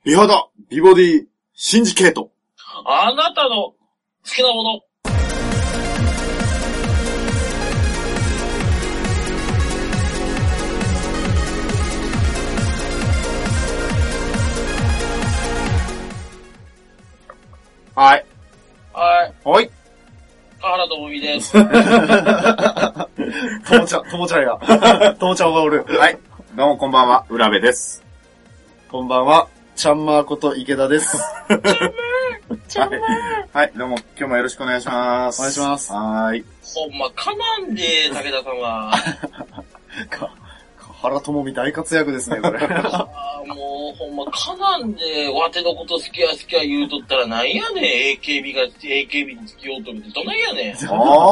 美肌、美ボディ、シンジケート。 あなたの好きなもの。 はい。 はい。 はい。 河原智美です。 ともちゃがおる。 はい。どうもこんばんは、浦部です。 こんばんは、ちゃんまーこと池田です。 ちゃんまー。 はい。どうも、今日もよろしくお願いします。 お願いします。 はーい。 ほんま、かなんで、武田さんは。 原智美大活躍ですね、これ。 もう、ほんま、かなんで、わてのこと好きや言うとったらなんやねん、AKB に付きようとるってどないやねん。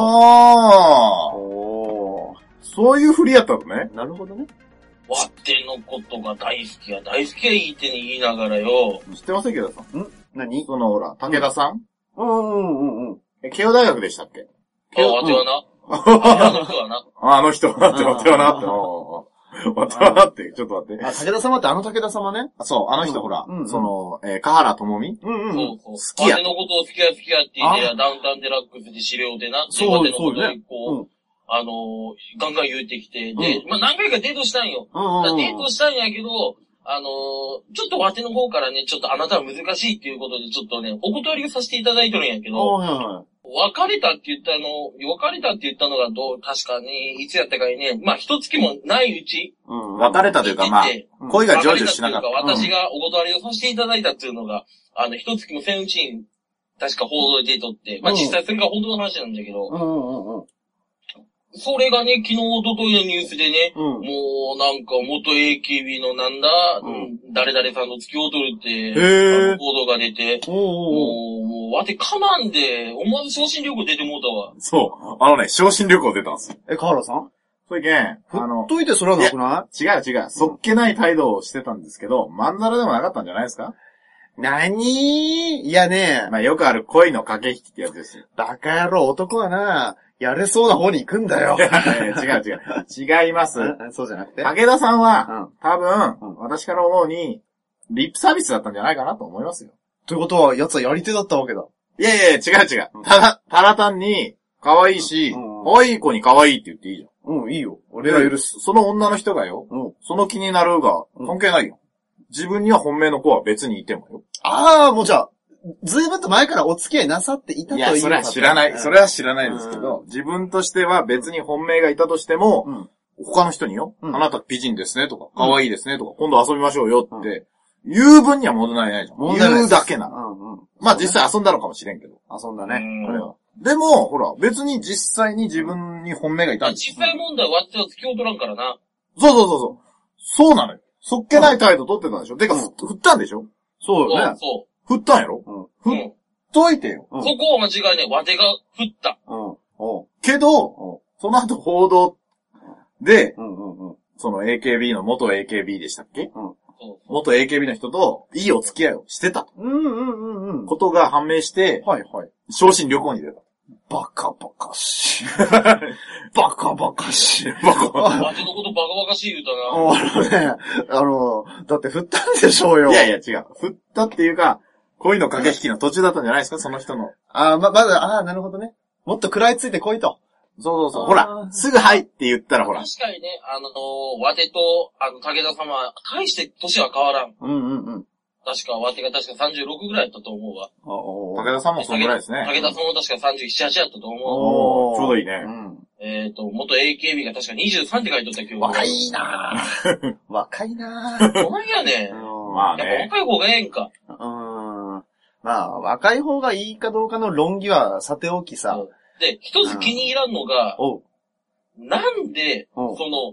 おー。 そういう振りやったのね。 なるほどね。 わてのことが大好きや言いてに言いながらよ。 知ってます池田さん。 何そのほら、武田さん、 うん。 慶応大学でしたっけ？ わてはな。あの人はな。 あの人はって、わてはなって。わてはなって、ちょっと待って。 武田様ってあの武田様ね。 そう、あの人ほら、 うんその、香原朋美。 そう。 好きや。 わてのことを好きやって言って、ダウンタウンデラックスで資料でな。 そうわてのことをね。 ガンガン言うてきて、で、何回かデートしたんよ。デートしたんやけど、ちょっとわての方からね、ちょっとあなたは難しいっていうことで、ちょっとね、お断りをさせていただいてるんやけど、別れたって言ったのが確かね、いつやったかにね、まあ、一月もないうち。 別れたというか、まあ、恋が成就しなかった。 私がお断りをさせていただいたっていうのが、一月もせんうちに、確か報道で出とって、まあ、実際それが本当の話なんだけど、それがね、昨日、おとといのニュースでね、もうなんか元 AKB の誰々さんの付きを取るって、報道が出て、もう、わてかなんで、思わず昇進旅行出てもうたわ。 そう。昇進旅行出たんですよ。 河原さんそいけん、 ほっといてそれはなくない？ 違う。そっけない態度をしてたんですけど、まんざらでもなかったんじゃないですか？ いやね。 まあよくある恋の駆け引きってやつですよ。 バカ野郎、男はな、やれそうな方に行くんだよ。 違います。 そうじゃなくて。 武田さんは、多分、私から思うに、リップサービスだったんじゃないかなと思いますよ。 ということは、奴はやり手だったわけだ。 いや、違う。ただ単に、可愛いし、可愛い子に可愛いって言っていいじゃん。 いいよ。 俺が許す。その女の人がよ、その気になるが、関係ないよ。自分には本命の子は別にいてもよ。 もうじゃあ、ずいぶんと前からお付き合いなさっていたという。 いや、それは知らない。それは知らないですけど、自分としては別に本命がいたとしても、他の人によ、あなた美人ですねとか、可愛いですねとか、今度遊びましょうよって、言う分には問題ないじゃん。言うだけな。まあ実際遊んだのかもしれんけど。 遊んだね。 でも、ほら、別に実際に自分に本命がいたんですよ。 実際問題は私は付きを取らんからな。 そう。そうなのよ。そっけない態度取ってたでしょ。てか、振ったんでしょ。 そうよね。 振ったんやろ。振っといてよ。 そこを間違いね、わてが振った。 けど、その後報道で、その AKB の元 AKB でしたっけ？元 AKB の人といいお付き合いをしてたと。ことが判明して、昇進旅行に出た。 バカバカしい。バカバカしい。 わてのことバカバカしい言うたな。 だって振ったんでしょうよ。 いや、違う。振ったっていうか、恋の駆け引きの途中だったんじゃないですか、その人の。 まだ、なるほどね。もっと食らいついて来いと。 そう。ほら、すぐはいって言ったらほら。 確かにね、わてと、武田様は、大して歳は変わらん。わてが確か36ぐらいだったと思うわ。 武田さんもそのぐらいですね。 武田さんも確か37、8だったと思う。 ちょうどいいね。 元 AKB が確か23って書いとったけど。 若いなぁ。若いなぁ。どないやねん。 まあね。 やっぱ若い方がええんか。 まあ、若い方がいいかどうかの論議はさておきさ。 で、一つ気に入らんのが、なんで、元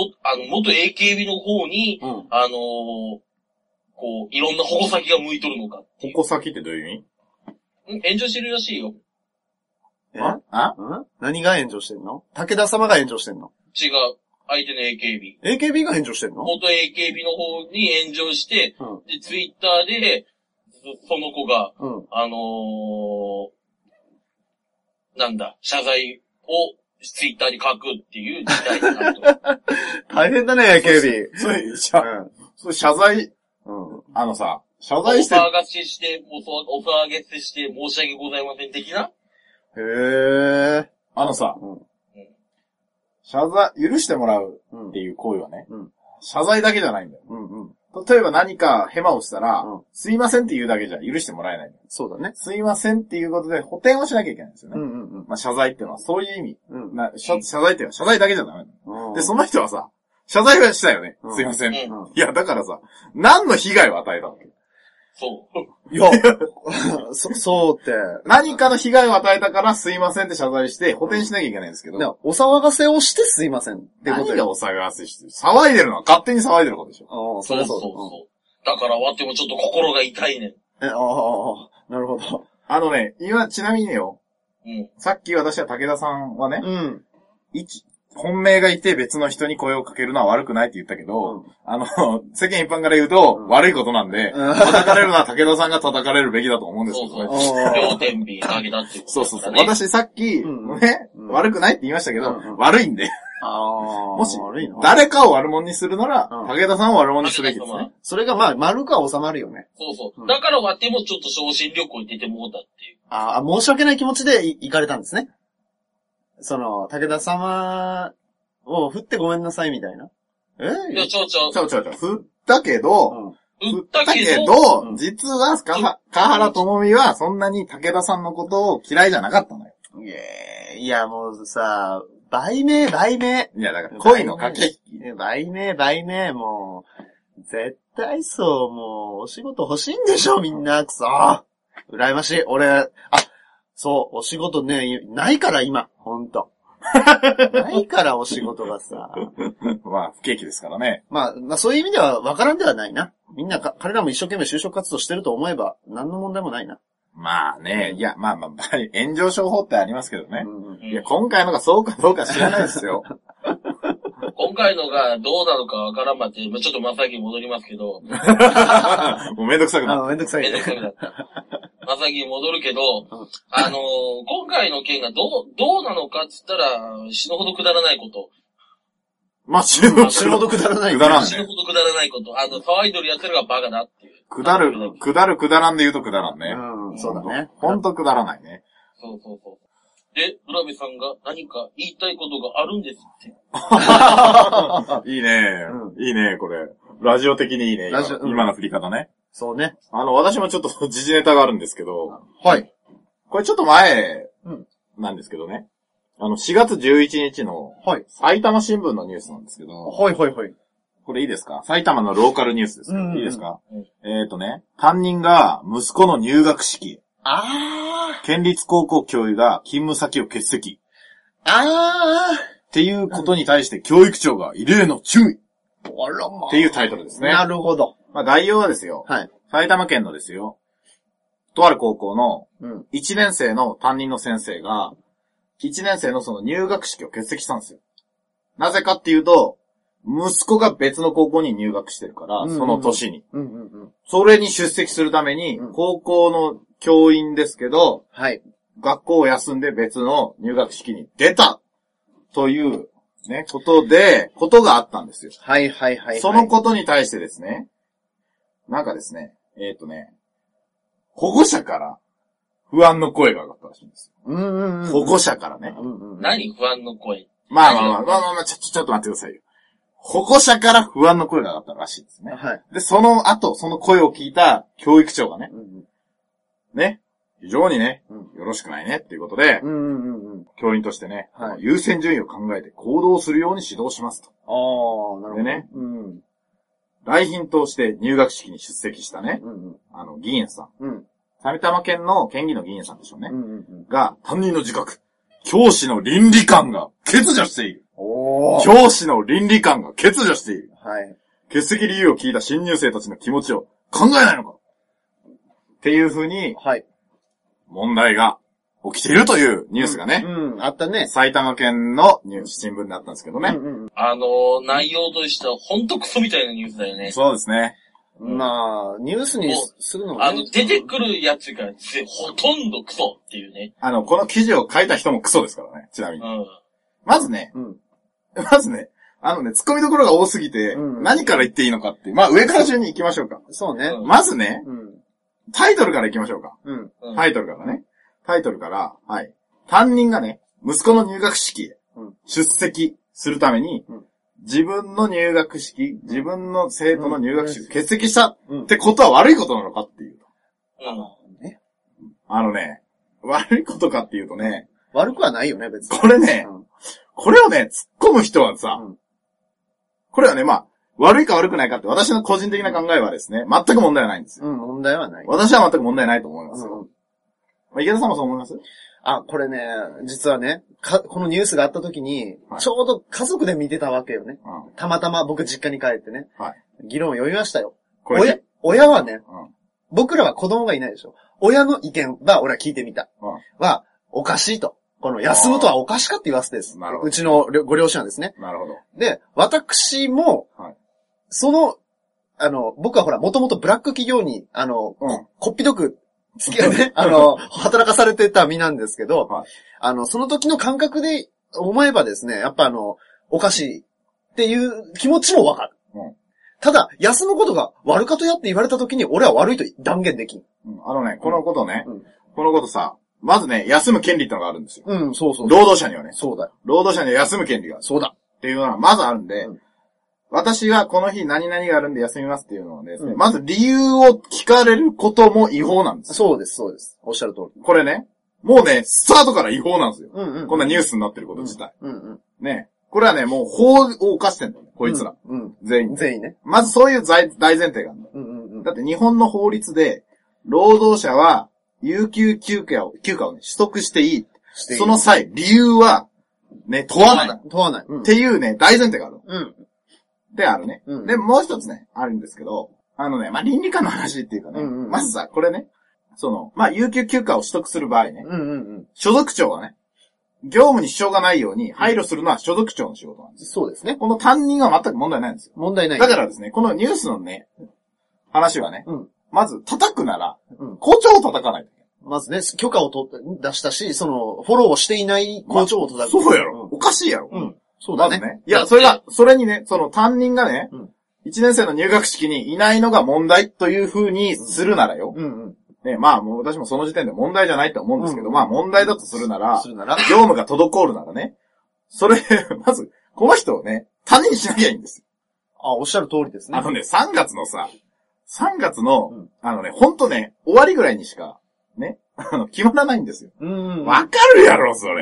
AKB の方に、いろんな矛先が向いとるのか。 矛先ってどういう意味？炎上してるらしいよ。 何が炎上してんの？武田様が炎上してんの？ 違う。相手の AKB。 AKB が炎上してんの？ 元 AKB の方に炎上して、で、ツイッターで、その子が、謝罪をツイッターに書くっていう事態になると。 大変だね、AKB。 それ謝罪、 謝罪して。 お騒がせして、お騒がせして申し訳ございません的な。 へー。 さ、許してもらうっていう行為はね、謝罪だけじゃないんだよ。例えば何かヘマをしたら、すいませんって言うだけじゃ許してもらえない。 そうだね。 すいませんっていうことで補填をしなきゃいけないんですよね。まあ謝罪っていうのはそういう意味。謝罪っていうのは謝罪だけじゃダメ。で、その人はさ、謝罪はしたよね。すいません。いや、だからさ、何の被害を与えたわけ？ そう。 いや、そうって。 何かの被害を与えたからすいませんって謝罪して補填しなきゃいけないんですけど。 お騒がせをしてすいませんってこと何がお騒がせしてる？騒いでるのは勝手に騒いでることでしょ。 そう。だからわってもちょっと心が痛いねん。 なるほど。 今、ちなみによ。さっき私は武田さんはね。本命がいて別の人に声をかけるのは悪くないって言ったけど、世間一般から言うと悪いことなんで、叩かれるのは武田さんが叩かれるべきだと思うんですけどね。 両天秤投げたっていうことそう。私さっき、悪くないって言いましたけど、悪いんで。もし、誰かを悪者にするなら、武田さんを悪者にすべきですね。 それがまあ、丸くは収まるよね。 そう。だからわってもちょっと昇進旅行に出てもうたっていう。 申し訳ない気持ちで行かれたんですね。武田様を振ってごめんなさいみたいな。 いや、ちょ。 振ったけど、実は、川原智美はそんなに武田さんのことを嫌いじゃなかったのよ。 いや、もうさ、売名。いや、だから恋の駆け引き。 売名、もう、絶対そう、もう、お仕事欲しいんでしょ、みんな、くそ。羨ましい。そう、お仕事ね、ないから今、ほんと。ないからお仕事がさ。 まあ、不景気ですからね。 まあ、そういう意味では分からんではないな。みんな彼らも一生懸命就職活動してると思えば、何の問題もないな。 まあね、いや、まあ、炎上商法ってありますけどね。いや、今回のがそうかどうか知らないですよ。 今回のがどうなのかわからんまって、ちょっとまさきに戻りますけど。 もうめんどくさくなった。 めんどくさい。 まさきに戻るけど、今回の件がどうなのかって言ったら、死ぬほどくだらないこと。 まあ、死ぬほどくだらない。 死ぬほどくだらないこと。騒いどるやつらがバカだっていう。 くだらんで言うとくだらんね。 そうだね。 ほんとくだらないね。 そう。で、浦部さんが何か言いたいことがあるんですって。いいね、いいね、これ。ラジオ的にいいね。今の振り方ね。 そうね。 私もちょっと時事ネタがあるんですけど。 はい。 これちょっと前なんですけどね。4月11日の埼玉新聞のニュースなんですけど。 はい。 これいいですか？埼玉のローカルニュースです。いいですか？担任が息子の入学式。県立高校教諭が勤務先を欠席。っていうことに対して教育長が異例の注意。っていうタイトルですね。 なるほど。 まあ概要はですよ。 はい。 埼玉県のですよ。とある高校の1年生の担任の先生が、1年生のその入学式を欠席したんですよ。なぜかっていうと、息子が別の高校に入学してるから、その年に。それに出席するために、高校の教員ですけど、学校を休んで別の入学式に出たというね、ことがあったんですよ。そのことに対してですね、なんかですね、保護者から不安の声が上がったらしいんですよ。保護者からね。 何不安の声？ まあ、ちょっと待ってくださいよ。保護者から不安の声が上がったらしいですね。で、その後、その声を聞いた教育長がね、非常にね、よろしくないねっていうことで、教員としてね、優先順位を考えて行動するように指導しますと。 なるほど。でね、 来賓として入学式に出席したね、議員さん。埼玉県の県議の議員さんでしょうね。が、担任の自覚。教師の倫理観が欠如している。教師の倫理観が欠如している。欠席理由を聞いた新入生たちの気持ちを考えないのかっていう風に、問題が起きているというニュースがね。 あったね。 埼玉県の新聞になったんですけどね。 内容としてはほんとクソみたいなニュースだよね。 そうですね。 まあ、ニュースにするのもね。 出てくるやつがほとんどクソっていうね。 この記事を書いた人もクソですからね、ちなみに。まずね、 突っ込みどころが多すぎて、何から言っていいのかって。まあ、上から順に行きましょうか。 そうね。 まずね、タイトルから行きましょうか。タイトルからね。タイトルから、はい。担任がね、息子の入学式へ出席するために、自分の入学式、自分の生徒の入学式を欠席したってことは悪いことなのかっていう。悪いことかっていうとね。 悪くはないよね、別に。 これね、これをね、突っ込む人はさ、これはね、まあ、悪いか悪くないかって私の個人的な考えはですね、全く問題はないんですよ。 問題はない。 私は全く問題ないと思いますよ。池田さんもそう思います？ これね、実はね、このニュースがあった時に、ちょうど家族で見てたわけよね。たまたま僕実家に帰ってね。議論を読みましたよ。親はね、僕らは子供がいないでしょ。親の意見は俺は聞いてみた。は、おかしいと。この休むとはおかしかって言わせてです。うちのご両親はですね。 なるほど。 で、私も、僕はほら、もともとブラック企業に、こっぴどく、働かされてた身なんですけど、その時の感覚で思えばですね、やっぱおかしいっていう気持ちもわかる。ただ、休むことが悪かとやって言われた時に、俺は悪いと断言できん。 このことさ、まずね、休む権利ってのがあるんですよ。 そう。 労働者にはね。 そうだ。 労働者には休む権利がある。 そうだ。 っていうのはまずあるんで、私はこの日何々があるんで休みますっていうのはですね、まず理由を聞かれることも違法なんです。 そうです。おっしゃる通り。 これね、もうね、スタートから違法なんですよ。こんなニュースになってること自体。ね。これはね、もう法を犯してんだよね、こいつら。全員ね。まずそういう大前提があるんだ。だって日本の法律で、労働者は有給休暇をね、取得していい。その際、理由は、ね、問わない。っていうね、大前提がある。で、あるね。で、もう一つね、あるんですけど、まあ、倫理観の話っていうかね、まずさ、これね、まあ、有給休暇を取得する場合ね、所属長はね、業務に支障がないように配慮するのは所属長の仕事なんです。 そうですね。 この担任は全く問題ないんですよ。 問題ない。 だからですね、このニュースのね、話はね、まず叩くなら、校長を叩かないと。 まずね、許可を出したし、フォローをしていない校長を叩く。 そうやろ。おかしいやろ。 そうだね。 まずね。いや、それにね、担任がね、1年生の入学式にいないのが問題という風にするならよ。ね、まあ、もう私もその時点で問題じゃないと思うんですけど、まあ問題だとするなら、業務が滞るならね、まず、この人をね、担任しなきゃいいんですよ。 おっしゃる通りですね。 3月の、ほんとね、終わりぐらいにしか、ね、決まらないんですよ。わかるやろ、それ。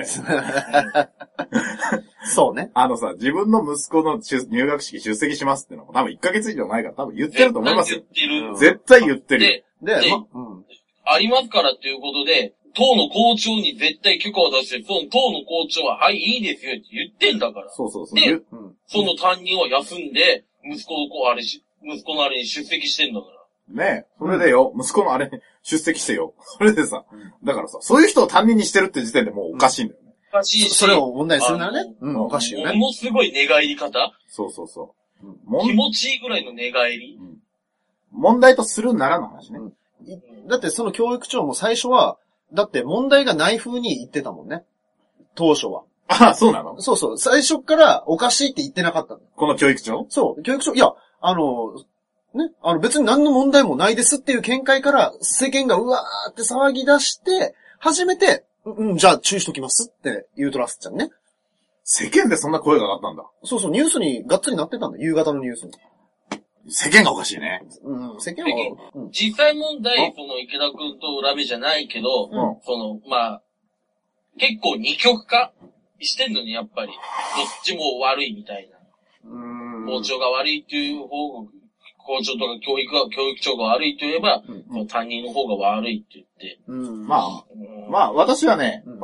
そうね。 自分の息子の入学式出席しますってのも多分1ヶ月以上前から多分言ってると思いますよ。絶対言ってる。 で、ありますからっていうことで、当の校長に絶対許可を出して、その当の校長は、はい、いいですよって言ってんだから。 そう。 で、その担任は休んで、息子のあれに出席してんだから。 ねえ、それでよ、息子のあれに出席してよ。それでさ、だからさ、そういう人を担任にしてるって時点でもうおかしいんだよね。 おかしいし。 それを問題するならね。おかしいよね。 ものすごい寝返り方。 そう。 気持ちいいぐらいの寝返り。 問題とするならの話ね。 だってその教育長も最初は、だって問題がない風に言ってたもんね。当初は。 ああ、そうなの？ そう。最初からおかしいって言ってなかったの。 この教育長？ そう。教育長、いや、ね、別に何の問題もないですっていう見解から世間がうわーって騒ぎ出して、初めて、じゃあ注意しときますって言うとらすっちゃんね。 世間でそんな声が上がったんだ。 そう、ニュースにがっつりなってたんだ。夕方のニュースに。 世間がおかしいね。 世間は、 実際問題、池田くんと浦部じゃないけど、まあ、結構二極化してんのに、やっぱり。どっちも悪いみたいな。校長が悪いっていう方が、校長とか教育長が悪いと言えば、担任の方が悪いって言って。 まあ、私は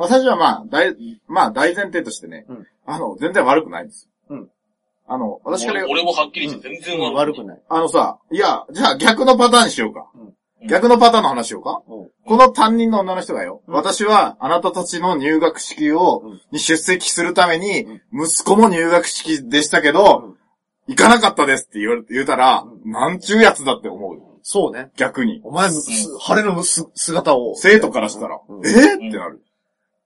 大前提としてね、全然悪くないんですよ。私から俺もはっきり言って全然悪くない。 いや、じゃあ逆のパターンにしようか。逆のパターンの話しようか。この担任の女の人がよ、私はあなたたちの入学式に出席するために、息子も入学式でしたけど、行かなかったですって言うたら、なんちゅうやつだって思う。 そうね。 逆に。 お前、晴れの姿を。 生徒からしたら、ってなる。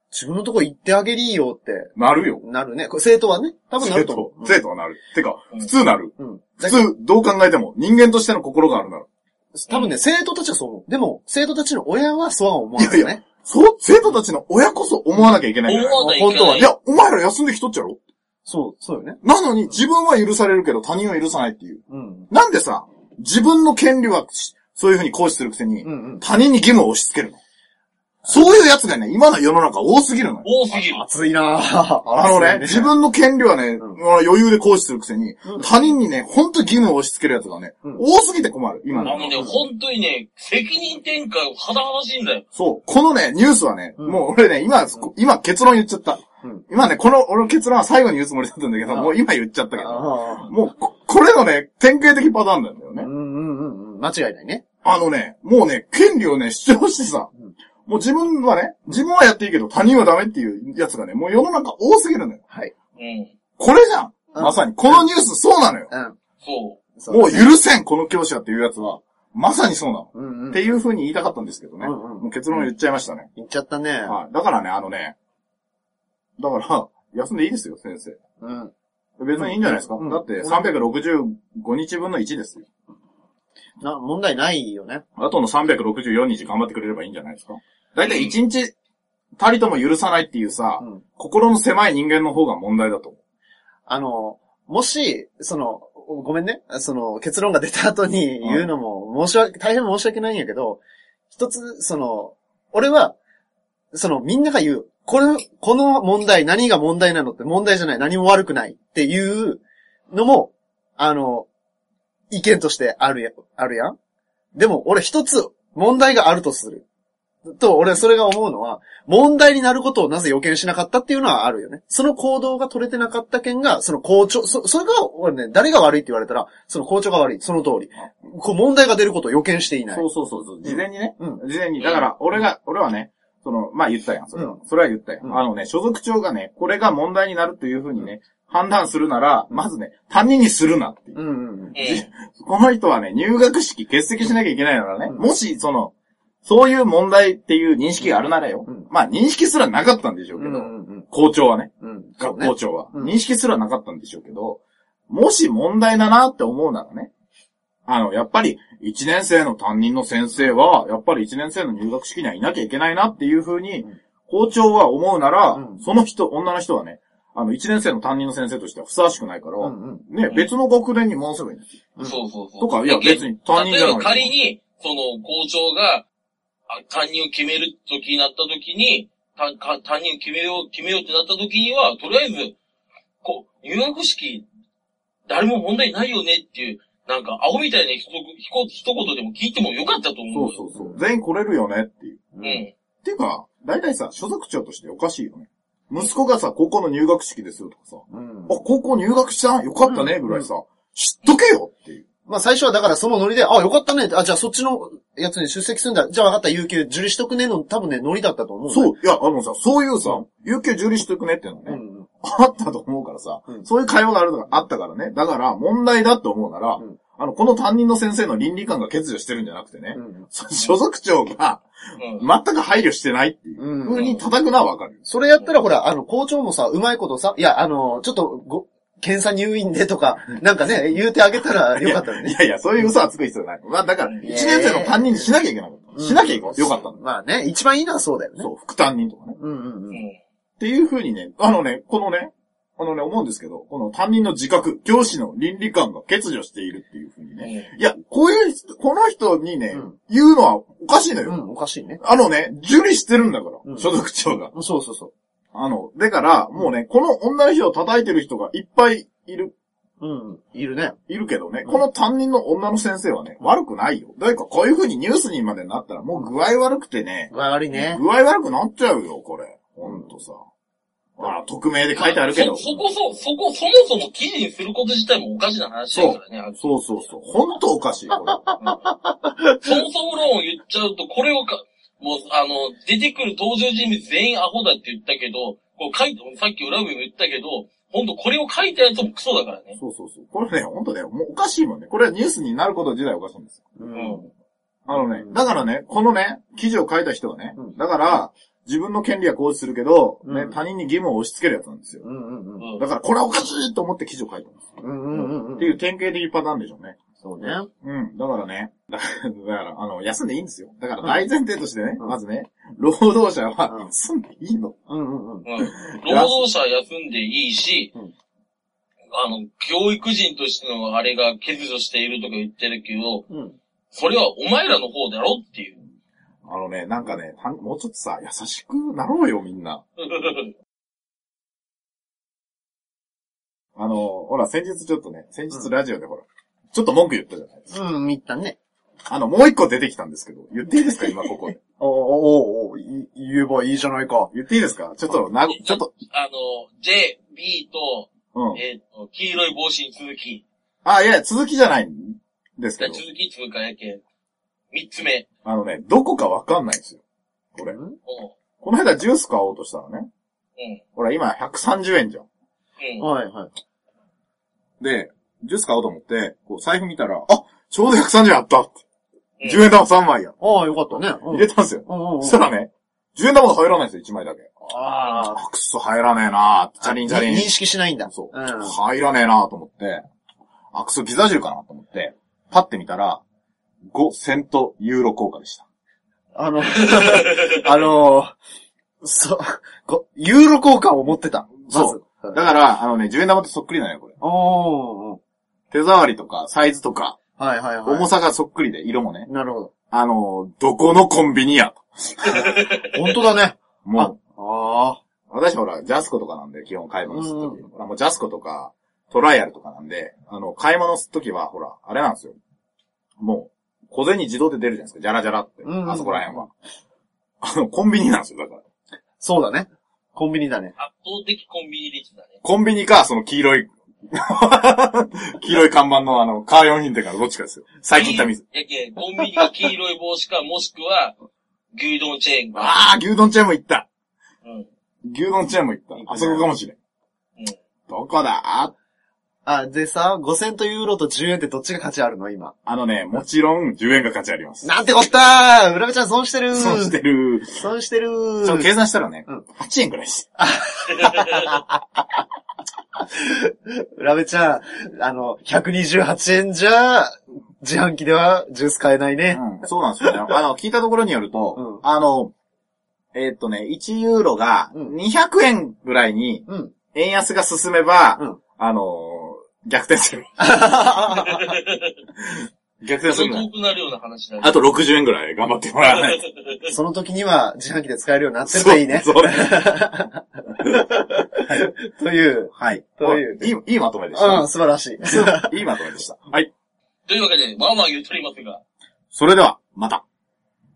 自分のとこ行ってあげりよって。 なるよ。 なるね。生徒はね、多分なると思う。 生徒はなる。てか、普通なる。普通、どう考えても、人間としての心があるなら。 多分ね、生徒たちはそう思う。でも、生徒たちの親はそうは思わないね。いやいや、 生徒たちの親こそ思わなきゃいけないんだよ。本当は。いや、お前ら休んできとっちゃろ？ そうよね。 なのに、自分は許されるけど他人は許さないっていう。なんでさ、自分の権利は、そういう風に行使するくせに、他人に義務を押し付けるの。そういうやつがね、今の世の中多すぎるのよ。 多すぎる。 熱いなぁ。 自分の権利はね、余裕で行使するくせに、他人にね、ほんと義務を押し付けるやつがね、多すぎて困る、今の。 ね、ほんとにね、責任転嫁甚だしいんだよ。 そう。このね、ニュースはね、もう俺ね、今結論言っちゃった。今ね、俺の結論は最後に言うつもりだったんだけど、もう今言っちゃったけど、もう、これのね、典型的パターンなんだよね。 間違いないね。 もうね、権利をね、主張してさ、もう自分はやっていいけど他人はダメっていうやつがね、もう世の中多すぎるのよ。 はい。 これじゃん。まさに、このニュースそうなのよ。そう。もう許せん、この教師はっていうやつは、まさにそうなの。っていう風に言いたかったんですけどね。もう結論言っちゃいましたね。 言っちゃったね。 はい。だからね、だから、休んでいいですよ、先生。別にいいんじゃないですか。だって、365日分の1ですよ。 問題ないよね。 あとの364日頑張ってくれればいいんじゃないですか。だいたい1日たりとも許さないっていうさ、心の狭い人間の方が問題だと思う。もし、ごめんね、結論が出た後に言うのも大変申し訳ないんやけど、一つ、俺は、みんなが言う、この問題、何が問題なのって問題じゃない、何も悪くないっていうのも、意見としてあるやん。でも、俺一つ問題があるとする。俺それが思うのは、問題になることをなぜ予見しなかったっていうのはあるよね。その行動が取れてなかった件が、その校長、それが、俺ね、誰が悪いって言われたら、その校長が悪い。その通り。問題が出ることを予見していない。 そう。事前にね。事前に。だから、俺はね、言ったやん。それは言ったやん。所属長がね、これが問題になるというふうにね、判断するなら、まずね、担任にするなっていう。この人はね、入学式欠席しなきゃいけないならね、もし、そういう問題っていう認識があるならよ。まあ、認識すらなかったんでしょうけど、校長はね。学校長は。認識すらなかったんでしょうけど、もし問題だなって思うならね、やっぱり、1年生の担任の先生は、やっぱり1年生の入学式にはいなきゃいけないなっていうふうに、校長は思うなら、その女の人はね、1年生の担任の先生としてはふさわしくないから、ね、別の学年に回せばいいんですよ。 そう。 とか、いや別に担任じゃない。 例えば仮に、校長が、担任を決める時になった時に、担任を決めようってなった時には、とりあえず、入学式、誰も問題ないよねっていう、なんか、青みたいな一言でも聞いてもよかったと思う。 そう。全員来れるよねっていう。っていうか、だいたいさ、所属長としておかしいよね。息子がさ、高校の入学式ですよとかさ、高校入学したよかったねぐらいさ、知っとけよっていう。 まあ最初はだからそのノリで、よかったねって、じゃあそっちのやつに出席するんだ。じゃあ分かった、有給受理しとくねの、多分ね、ノリだったと思う。 そう。いや、そういうさ、有給受理しとくねっていうのね、あったと思うからさ、そういう会話があったからね。だから、問題だと思うなら、この担任の先生の倫理観が欠如してるんじゃなくてね、所属長が、全く配慮してないっていう風に叩くのはわかる。 それやったらほら、校長もさ、うまいことさ、いや、ちょっと検査入院でとか、なんかね、言うてあげたらよかったのね。 いや、そういう嘘はつく必要ない。まあ、だから、1年生の担任にしなきゃいけなかった。しなきゃよかったんだ。 まあね、一番いいのはそうだよね。 そう、副担任とかね。っていう風にね、思うんですけど、この担任の自覚、教師の倫理観が欠如しているっていう風にね。いや、この人にね、言うのはおかしいのよ。 おかしいね。 受理してるんだから、所属長が。 そう。 だから、もうね、この女の人を叩いてる人がいっぱいいる。 いるね。 いるけどね、この担任の女の先生はね、悪くないよ。だからこういう風にニュースにまでなったら、もう具合悪くてね。 具合悪いね。 具合悪くなっちゃうよ、これ。ほんとさ。匿名で書いてあるけど。 そもそも記事にすること自体もおかしな話だからね。 そう。ほんとおかしい、これ。 そもそも論を言っちゃうと、これをもう、出てくる登場人物全員アホだって言ったけど、さっき裏上も言ったけど、ほんとこれを書いたやつもクソだからね。 そう。これね、ほんとね、もうおかしいもんね。これはニュースになること自体おかしいんですよ。 だからね、このね、記事を書いた人はね、だから、自分の権利は行使するけど、ね、他人に義務を押し付けるやつなんですよ。だから、これはおかしいと思って記事を書いたんです。っていう典型的パターンでしょうね。 そうね。 だからね、だから、休んでいいんですよ。だから大前提としてね、まずね、労働者は休んでいいの。 労働者は休んでいいし、教育人としてのあれが欠如しているとか言ってるけど、それはお前らの方だろっていう。 なんかね、もうちょっとさ、優しくなろうよ、みんな。ほら、先日ラジオでほら、ちょっと文句言ったじゃないですか。 言ったね。 もう一個出てきたんですけど、言っていいですか今ここで。 言えばいいじゃないか。 言っていいですかちょっと、 J、B と、黄色い帽子に続き。 いや、続きじゃないんですけど。 続き通過やけ。三つ目。 どこかわかんないんですよ。これ。この間ジュース買おうとしたらね。ほら、今130円じゃん。 はい。 で、ジュース買おうと思って、財布見たら、ちょうど130円あったって。10円玉3枚や。 よかったね。 入れたんですよ。そしたらね、10円玉が入らないんですよ、1枚だけ。くそ入らねえなーチャリン。 認識しないんだ。 そう。入らねえなーと思って、くそギザ汁かなと思って、パッて見たら、5セントユーロ硬貨でした。 ユーロ硬貨を持ってた。 そう。だから、10円玉とそっくりなのよ、これ。手触りとか、サイズとか、重さがそっくりで、色もね。 なるほど。 どこのコンビニやと。 本当だね。 もう。私ほら、ジャスコとかなんで、基本買い物するとき。もうジャスコとか、トライアルとかなんで、買い物するときは、ほら、あれなんですよ。もう、小銭自動で出るじゃないですか。ジャラジャラって。あそこら辺は。コンビニなんですよ、だから。 そうだね。コンビニだね。 圧倒的コンビニ率だね。 コンビニか、その黄色い看板のカー用品店からどっちかですよ。最近行った店。 コンビニが黄色い帽子か、もしくは、牛丼チェーンか。 牛丼チェーンも行った。牛丼チェーンも行った。あそこかもしれん。どこだでさ、5セントユーロと10円ってどっちが価値あるの今。 もちろん10円が価値あります。 なんてこったー浦部ちゃん損してる損してる計算したらね、8円くらいです。 浦部ちゃん、128円じゃ、自販機ではジュース買えないね。 そうなんですよね。聞いたところによると、1ユーロが200円ぐらいに、円安が進めば、逆転する。逆転する。 遠くなるような話だね。 あと60円ぐらい頑張ってもらわないと。その時には自販機で使えるようになってるといいね。 そう。 という。 はい。いいまとめでした。 素晴らしい。 いいまとめでした。はい。 というわけで、まあまあ言うとりますが。 それでは、また。